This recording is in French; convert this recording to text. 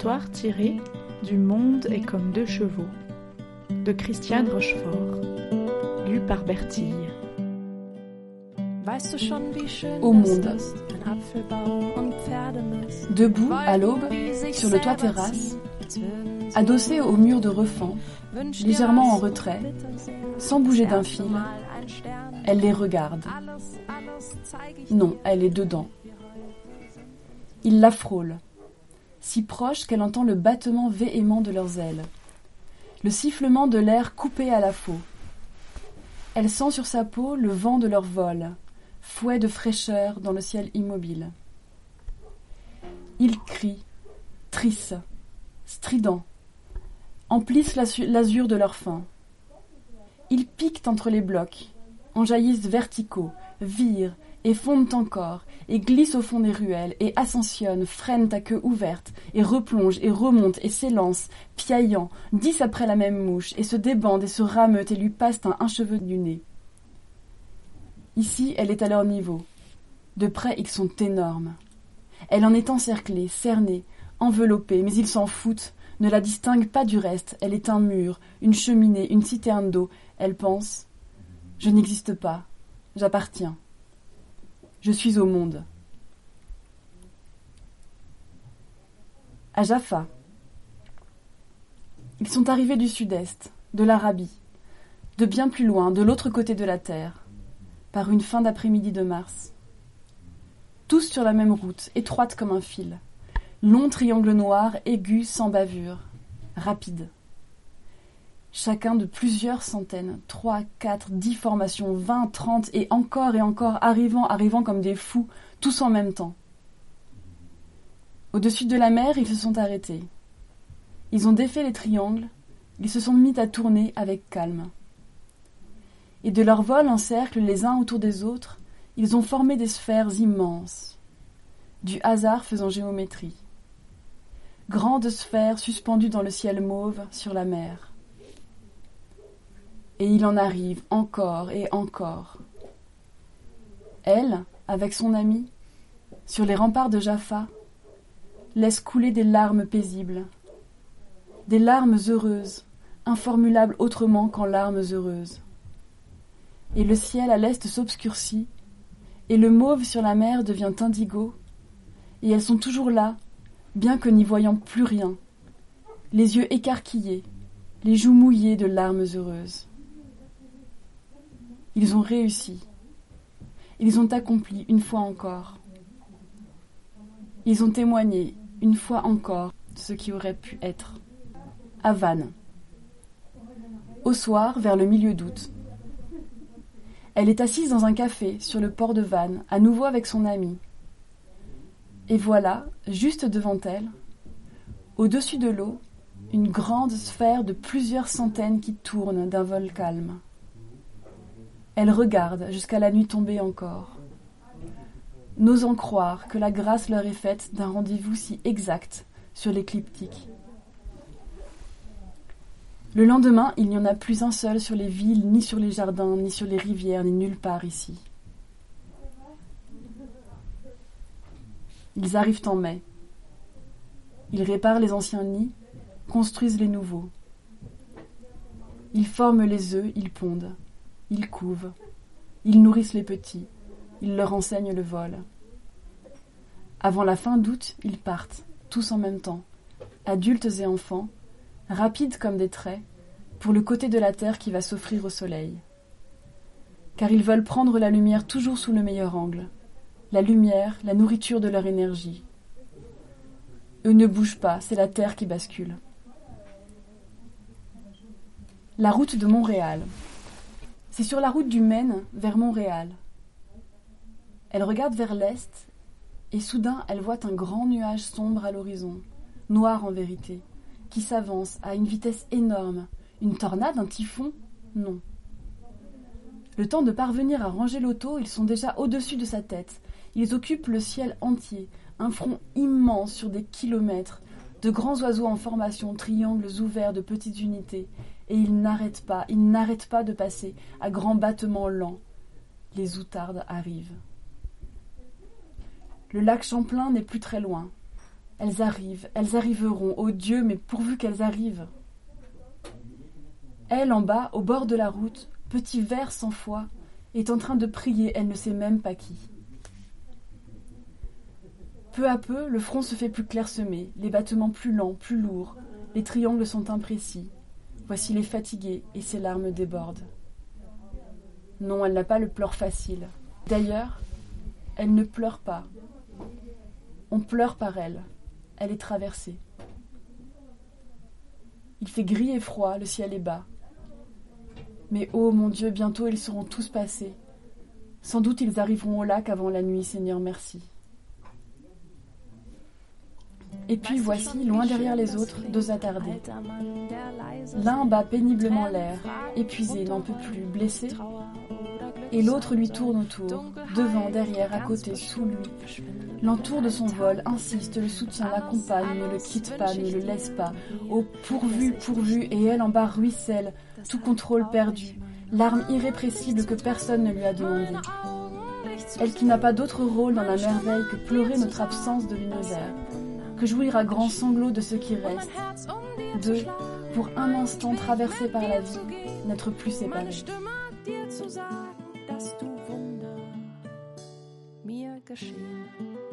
histoire tirée du Monde est comme deux chevaux de Christiane Rochefort, lu par Bertille. Au monde. Debout, à l'aube, sur le toit terrasse, adossée au mur de refend, légèrement en retrait, sans bouger d'un fil, elle les regarde. Non, elle est dedans. Il la frôle, si proche qu'elle entend le battement véhément de leurs ailes, le sifflement de l'air coupé à la faux. Elle sent sur sa peau le vent de leur vol, fouet de fraîcheur dans le ciel immobile. Ils crient, trissent, stridents, emplissent l'azur de leur faim. Ils piquent entre les blocs, enjaillissent verticaux, virent et fondent encore, et glissent au fond des ruelles, et ascensionnent, freinent à queue ouverte, et replongent, et remontent, et s'élancent, piaillant, 10 après la même mouche, et se débandent, et se rameutent, et lui passent un cheveu du nez. Ici, elle est à leur niveau. De près, ils sont énormes. Elle en est encerclée, cernée, enveloppée, mais ils s'en foutent, ne la distinguent pas du reste. Elle est un mur, une cheminée, une citerne d'eau. Elle pense « Je n'existe pas, j'appartiens. Je suis au monde. » À Jaffa. Ils sont arrivés du sud-est, de l'Arabie, de bien plus loin, de l'autre côté de la terre, par une fin d'après-midi de mars. Tous sur la même route, étroite comme un fil, long triangle noir, aigu, sans bavure, rapide. Chacun de plusieurs centaines, 3, 4, 10 formations, 20, 30, et encore, arrivant comme des fous, tous en même temps. Au-dessus de la mer, ils se sont arrêtés. Ils ont défait les triangles, ils se sont mis à tourner avec calme. Et de leur vol en cercle les uns autour des autres, ils ont formé des sphères immenses, du hasard faisant géométrie. Grandes sphères suspendues dans le ciel mauve sur la mer. Et il en arrive encore et encore. Elle, avec son ami, sur les remparts de Jaffa, laisse couler des larmes paisibles, des larmes heureuses, informulables autrement qu'en larmes heureuses. Et le ciel à l'est s'obscurcit, et le mauve sur la mer devient indigo, et elles sont toujours là, bien que n'y voyant plus rien, les yeux écarquillés, les joues mouillées de larmes heureuses. Ils ont réussi. Ils ont accompli une fois encore. Ils ont témoigné une fois encore de ce qui aurait pu être. À Vannes. Au soir, vers le milieu d'août. Elle est assise dans un café sur le port de Vannes, à nouveau avec son amie. Et voilà, juste devant elle, au-dessus de l'eau, une grande sphère de plusieurs centaines qui tourne d'un vol calme. Elle regarde jusqu'à la nuit tombée encore, n'osant croire que la grâce leur est faite d'un rendez-vous si exact sur l'écliptique. Le lendemain, il n'y en a plus un seul sur les villes, ni sur les jardins, ni sur les rivières, ni nulle part ici. Ils arrivent en mai. Ils réparent les anciens nids, construisent les nouveaux. Ils forment les œufs, ils pondent. Ils couvent, ils nourrissent les petits, ils leur enseignent le vol. Avant la fin d'août, ils partent, tous en même temps, adultes et enfants, rapides comme des traits, pour le côté de la terre qui va s'offrir au soleil. Car ils veulent prendre la lumière toujours sous le meilleur angle, la lumière, la nourriture de leur énergie. Eux ne bougent pas, c'est la terre qui bascule. La route de Montréal. C'est sur la route du Maine vers Montréal. Elle regarde vers l'est et soudain elle voit un grand nuage sombre à l'horizon, noir en vérité, qui s'avance à une vitesse énorme. Une tornade, un typhon? Non. Le temps de parvenir à ranger l'auto, ils sont déjà au-dessus de sa tête. Ils occupent le ciel entier, un front immense sur des kilomètres, de grands oiseaux en formation, triangles ouverts de petites unités. Et ils n'arrêtent pas de passer à grands battements lents. Les outardes arrivent. Le lac Champlain n'est plus très loin. Elles arriveront, ô Dieu, mais pourvu qu'elles arrivent. Elle, en bas, au bord de la route, petit ver sans foi, est en train de prier, elle ne sait même pas qui. Peu à peu, le front se fait plus clairsemé, les battements plus lents, plus lourds, les triangles sont imprécis. Voici les fatiguées et ses larmes débordent. Non, elle n'a pas le pleur facile. D'ailleurs, elle ne pleure pas. On pleure par elle. Elle est traversée. Il fait gris et froid, le ciel est bas. Mais oh mon Dieu, bientôt ils seront tous passés. Sans doute ils arriveront au lac avant la nuit, Seigneur, merci. Et puis voici, loin derrière les autres, deux attardés. L'un bat péniblement l'air, épuisé, n'en peut plus, blessé, et l'autre lui tourne autour, devant, derrière, à côté, sous lui. L'entoure de son vol, insiste, le soutient, l'accompagne, ne le quitte pas, ne le laisse pas. Oh, pourvu, pourvu, et elle en bas ruisselle, tout contrôle perdu, larme irrépressible que personne ne lui a demandé. Elle qui n'a pas d'autre rôle dans la merveille que pleurer notre absence de l'univers, que jouir à grands sanglots de ce qui reste, de, pour un instant traversé par la vie, n'être plus séparés. dass du Wunder mir geschehen.